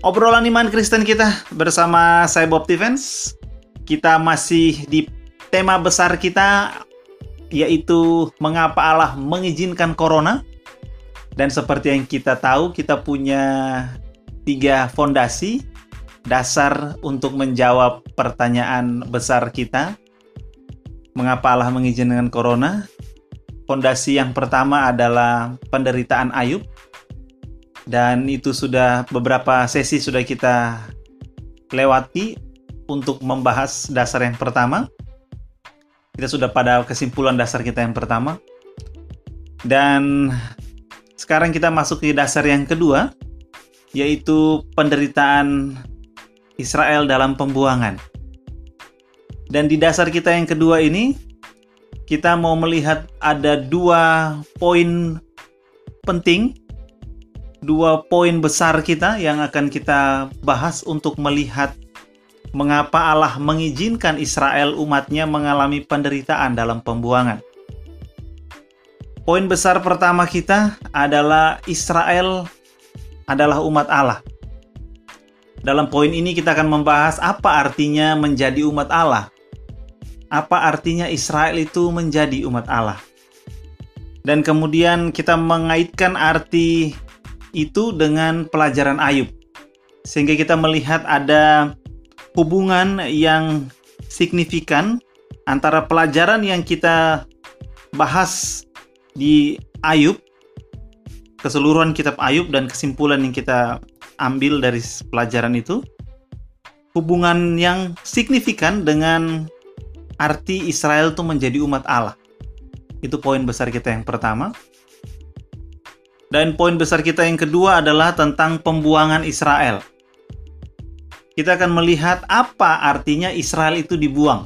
Obrolan iman Kristen kita bersama saya Bob Defense. Kita masih di tema besar kita, yaitu mengapa Allah mengizinkan corona. Dan seperti yang kita tahu, kita punya 3 fondasi dasar untuk menjawab pertanyaan besar kita. Mengapa Allah mengizinkan corona? Fondasi yang pertama adalah penderitaan Ayub. Dan itu sudah beberapa sesi sudah kita lewati untuk membahas dasar yang pertama. Kita sudah pada kesimpulan dasar kita yang pertama. Dan sekarang kita masuk ke dasar yang kedua, yaitu penderitaan Israel dalam pembuangan. Dan di dasar kita yang kedua ini, kita mau melihat ada 2 poin penting, 2 poin besar kita yang akan kita bahas untuk melihat mengapa Allah mengizinkan Israel umatnya mengalami penderitaan dalam pembuangan. Poin besar pertama kita adalah Israel adalah umat Allah. Dalam poin ini kita akan membahas apa artinya menjadi umat Allah. Apa artinya Israel itu menjadi umat Allah. Dan kemudian kita mengaitkan arti itu dengan pelajaran Ayub. Sehingga kita melihat ada hubungan yang signifikan antara pelajaran yang kita bahas di Ayub, keseluruhan kitab Ayub dan kesimpulan yang kita ambil dari pelajaran itu, hubungan yang signifikan dengan arti Israel itu menjadi umat Allah. Itu poin besar kita yang pertama. Dan poin besar kita yang kedua adalah tentang pembuangan Israel. Kita akan melihat apa artinya Israel itu dibuang.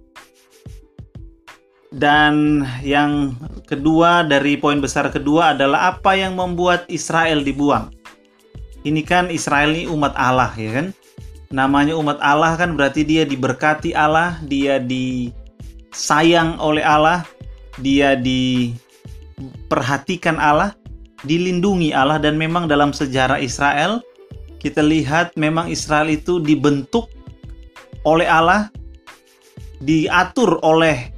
Dan yang kedua dari poin besar kedua adalah apa yang membuat Israel dibuang. Ini kan Israel ini umat Allah, ya kan? Namanya umat Allah kan berarti dia diberkati Allah, dia disayang oleh Allah, dia diperhatikan Allah, dilindungi Allah. Dan memang dalam sejarah Israel kita lihat memang Israel itu dibentuk oleh Allah, diatur oleh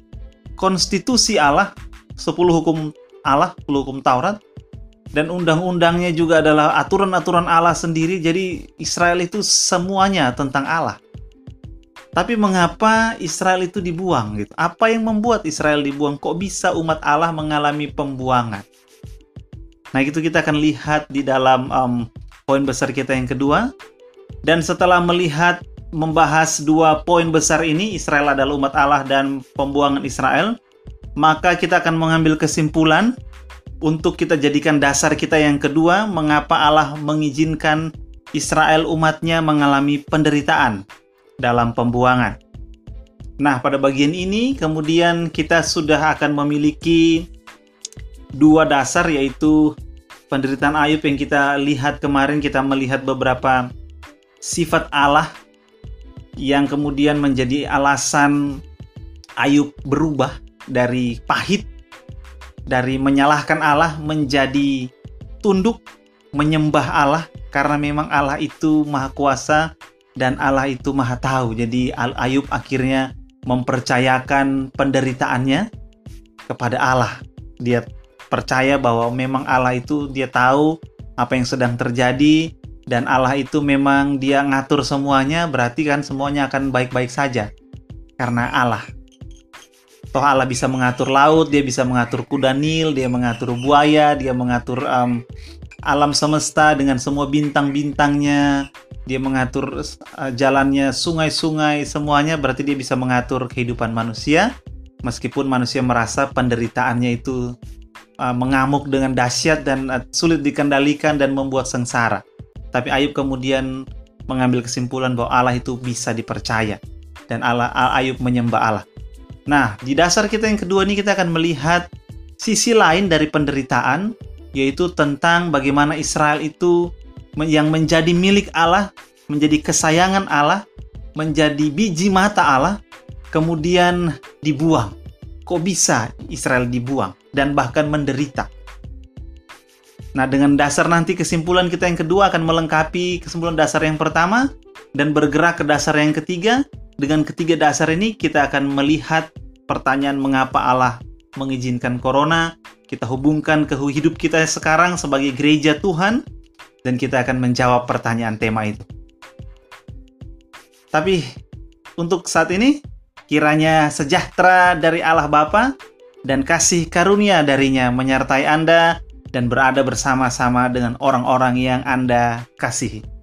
konstitusi Allah, 10 hukum Allah, 10 hukum Taurat, dan undang-undangnya juga adalah aturan-aturan Allah sendiri. Jadi Israel itu semuanya tentang Allah. Tapi mengapa Israel itu dibuang gitu? Apa yang membuat Israel dibuang? Kok bisa umat Allah mengalami pembuangan? Nah, itu kita akan lihat di dalam poin besar kita yang kedua. Dan setelah membahas 2 poin besar ini, Israel adalah umat Allah dan pembuangan Israel, maka kita akan mengambil kesimpulan untuk kita jadikan dasar kita yang kedua, mengapa Allah mengizinkan Israel umatnya mengalami penderitaan dalam pembuangan. Nah, pada bagian ini kemudian kita sudah akan memiliki 2 dasar, yaitu penderitaan Ayub yang kita lihat kemarin. Kita melihat beberapa sifat Allah yang kemudian menjadi alasan Ayub berubah dari pahit, dari menyalahkan Allah menjadi tunduk, menyembah Allah, karena memang Allah itu maha kuasa dan Allah itu maha tahu. Jadi Ayub akhirnya mempercayakan penderitaannya kepada Allah. Dia percaya bahwa memang Allah itu dia tahu apa yang sedang terjadi, dan Allah itu memang dia ngatur semuanya. Berarti kan semuanya akan baik-baik saja karena Allah. Toh Allah bisa mengatur laut, dia bisa mengatur kuda Nil, dia mengatur buaya, dia mengatur alam semesta dengan semua bintang-bintangnya, dia mengatur jalannya sungai-sungai, semuanya. Berarti dia bisa mengatur kehidupan manusia, meskipun manusia merasa penderitaannya itu mengamuk dengan dahsyat dan sulit dikendalikan dan membuat sengsara. Tapi Ayub kemudian mengambil kesimpulan bahwa Allah itu bisa dipercaya, dan Ayub menyembah Allah. Nah, di dasar kita yang kedua ini kita akan melihat sisi lain dari penderitaan, yaitu tentang bagaimana Israel itu yang menjadi milik Allah, menjadi kesayangan Allah, menjadi biji mata Allah, kemudian dibuang. Kok bisa Israel dibuang dan bahkan menderita? Nah, dengan dasar nanti kesimpulan kita yang kedua akan melengkapi kesimpulan dasar yang pertama dan bergerak ke dasar yang ketiga. Dengan ketiga dasar ini kita akan melihat pertanyaan mengapa Allah mengizinkan corona. Kita hubungkan ke hidup kita sekarang sebagai gereja Tuhan dan kita akan menjawab pertanyaan tema itu. Tapi untuk saat ini, kiranya sejahtera dari Allah Bapa dan kasih karunia darinya menyertai Anda dan berada bersama-sama dengan orang-orang yang Anda kasihi.